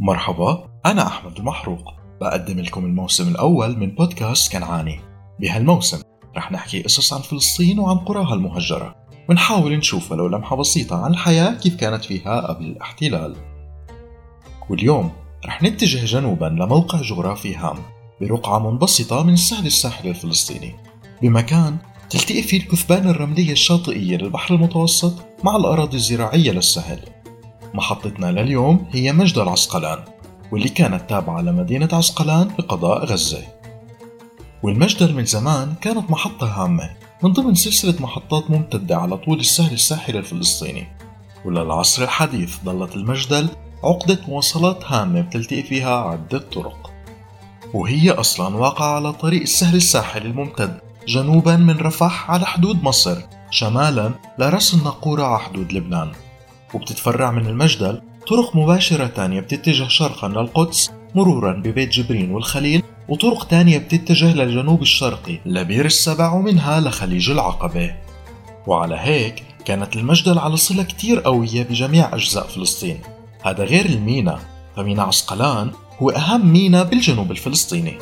مرحبا، أنا أحمد المحروق. بقدم لكم الموسم الأول من بودكاست كنعاني. بهالموسم رح نحكي قصص عن فلسطين وعن قراها المهجرة، ونحاول نشوف ولو لمحة بسيطة عن الحياة كيف كانت فيها قبل الاحتلال. واليوم رح نتجه جنوبا لموقع جغرافي هام برقعة منبسطة من سهل الساحل الفلسطيني، بمكان تلتقي فيه الكثبان الرملية الشاطئية للبحر المتوسط مع الأراضي الزراعية للسهل. محطتنا لليوم هي مجدل عسقلان، واللي كانت تابعة لمدينة عسقلان بقضاء غزة. والمجدل من زمان كانت محطة هامة من ضمن سلسلة محطات ممتدة على طول السهل الساحلي الفلسطيني، وللعصر الحديث ظلت المجدل عقدة مواصلات هامة بتلتقي فيها عدة طرق، وهي أصلا واقعة على طريق السهل الساحلي الممتد جنوبا من رفح على حدود مصر، شمالا لرأس الناقورة على حدود لبنان. وبتتفرع من المجدل طرق مباشرة تانية بتتجه شرقا للقدس مرورا ببيت جبرين والخليل، وطرق تانية بتتجه للجنوب الشرقي لبير السبع ومنها لخليج العقبة. وعلى هيك كانت المجدل على صلة كتير قوية بجميع أجزاء فلسطين، هذا غير المينا، فمينا عسقلان هو أهم مينا بالجنوب الفلسطيني.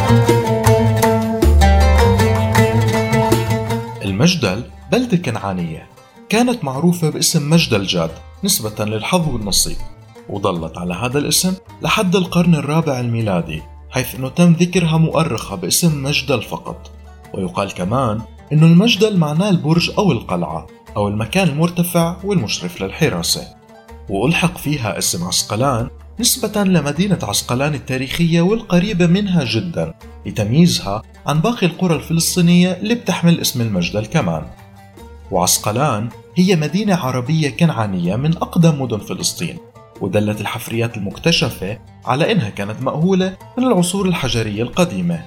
المجدل بلدة كنعانية كانت معروفة باسم مجدل جاد نسبة للحظ والنصيب، وظلت على هذا الاسم لحد القرن الرابع الميلادي، حيث أنه تم ذكرها مؤرخة باسم مجدل فقط. ويقال كمان أنه المجدل معناه البرج أو القلعة أو المكان المرتفع والمشرف للحراسة، وألحق فيها اسم عسقلان نسبة لمدينة عسقلان التاريخية والقريبة منها جدا، لتمييزها عن باقي القرى الفلسطينية اللي بتحمل اسم المجدل كمان. وعسقلان هي مدينة عربية كنعانية من أقدم مدن فلسطين، ودلت الحفريات المكتشفة على إنها كانت مأهولة من العصور الحجرية القديمة.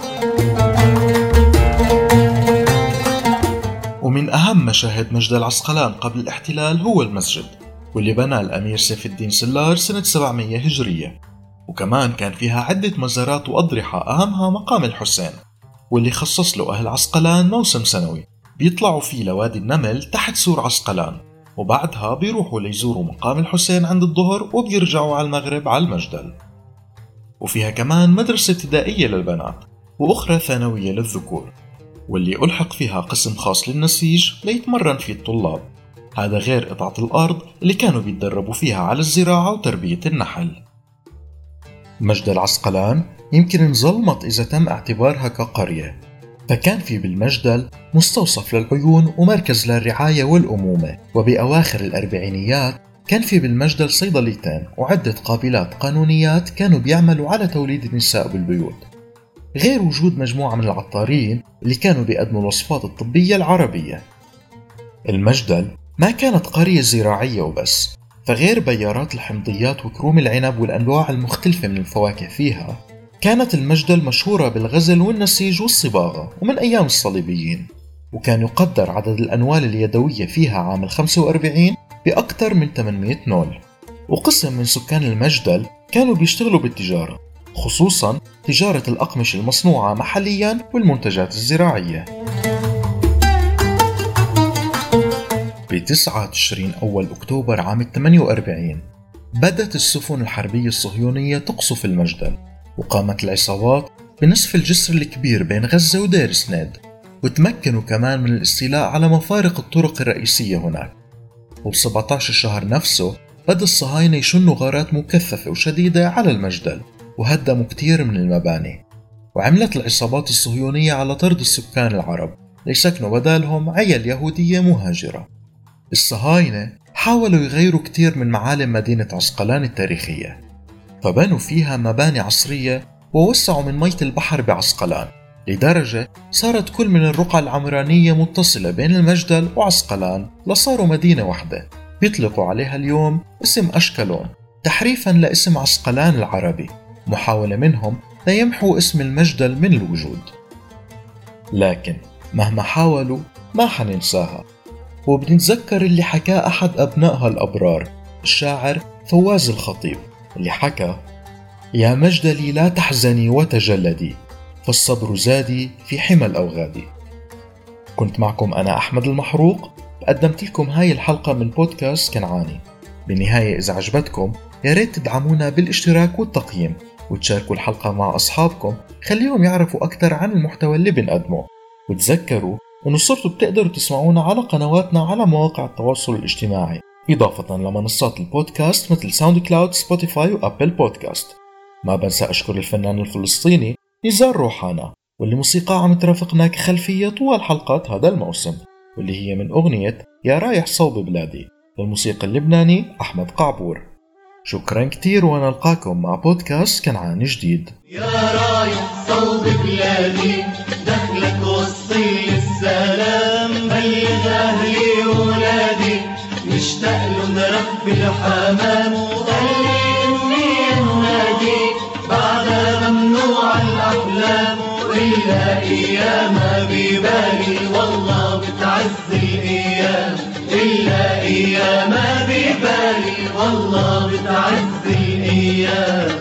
ومن أهم مشاهد مجدل عسقلان قبل الاحتلال هو المسجد، واللي بناه الأمير سيف الدين سلار سنة 700 هجرية. وكمان كان فيها عدة مزارات وأضرحة، أهمها مقام الحسين، واللي خصص له أهل عسقلان موسم سنوي بيطلعوا فيه لوادي النمل تحت سور عسقلان، وبعدها بيروحوا ليزوروا مقام الحسين عند الظهر وبيرجعوا على المغرب على المجدل. وفيها كمان مدرسة ابتدائية للبنات وأخرى ثانوية للذكور، واللي ألحق فيها قسم خاص للنسيج ليتمرن فيه الطلاب، هذا غير قطعة الأرض اللي كانوا بيتدربوا فيها على الزراعة وتربية النحل. مجدل عسقلان يمكن انظلمت إذا تم اعتبارها كقرية، فكان في بالمجدل مستوصف للعيون ومركز للرعاية والأمومة. وبأواخر الأربعينيات كان في بالمجدل صيدليتين وعدة قابلات قانونيات كانوا بيعملوا على توليد النساء بالبيوت، غير وجود مجموعة من العطارين اللي كانوا بيقدموا الوصفات الطبية العربية. المجدل ما كانت قرية زراعية وبس، فغير بيارات الحمضيات وكروم العنب والأنواع المختلفة من الفواكه فيها، كانت المجدل مشهورة بالغزل والنسيج والصباغة ومن أيام الصليبيين، وكان يقدر عدد الأنوال اليدوية فيها عام 45 بأكثر من 800 نول. وقسم من سكان المجدل كانوا بيشتغلوا بالتجارة، خصوصا تجارة الأقمشة المصنوعة محليا والمنتجات الزراعية. ب9 تشرين أول أكتوبر عام 48 بدت السفن الحربية الصهيونية تقصف المجدل، وقامت العصابات بنسف الجسر الكبير بين غزة ودير سنيد، وتمكنوا كمان من الاستيلاء على مفارق الطرق الرئيسية هناك. وب17 الشهر نفسه بدأ الصهاينة يشنوا غارات مكثفة وشديدة على المجدل، وهدموا كتير من المباني. وعملت العصابات الصهيونية على طرد السكان العرب ليسكنوا بدالهم عيال يهودية مهاجرة. الصهاينة حاولوا يغيروا كتير من معالم مدينة عسقلان التاريخية، فبنوا فيها مباني عصرية ووسعوا من مية البحر بعسقلان، لدرجة صارت كل من الرقع العمرانية متصلة بين المجدل وعسقلان لصاروا مدينة واحدة بيطلقوا عليها اليوم اسم أشكالون، تحريفا لاسم عسقلان العربي، محاولة منهم ليمحوا اسم المجدل من الوجود. لكن مهما حاولوا ما حننساها، وبنتذكر اللي حكاه أحد أبنائها الأبرار الشاعر فواز الخطيب، اللي حكى: يا مجدلي لا تحزني وتجلدي، فالصبر زادي في حمى الأوغاد. كنت معكم أنا أحمد المحروق، قدمت لكم هاي الحلقة من بودكاست كنعاني. بالنهاية إذا عجبتكم يا ريت تدعمونا بالاشتراك والتقييم، وتشاركوا الحلقة مع أصحابكم، خليهم يعرفوا أكثر عن المحتوى اللي بنقدمه. وتذكروا إنه صرتوا بتقدروا تسمعونا على قنواتنا على مواقع التواصل الاجتماعي، إضافة لمنصات البودكاست مثل ساوند كلاود، سبوتيفاي وأبل بودكاست. ما بنسى أشكر الفنان الفلسطيني نزار روحانا، واللي موسيقى عم ترافقنا كخلفية طوال حلقات هذا الموسم، واللي هي من أغنية يا رايح صوب بلادي للموسيقى اللبناني أحمد قعبور. شكرا كتير، ونلقاكم مع بودكاست كنعان جديد. يا رايح صوب بلادي دخلك وصي السلام، بلغ أهلي وولادي مشتاق لهم رب الحمام، وخلي إني أنادي بعدها ممنوع الأحلام، إلا أيامها ببالي والله بتعز الأيام، إلا أيامها ببالي والله بتعز الأيام.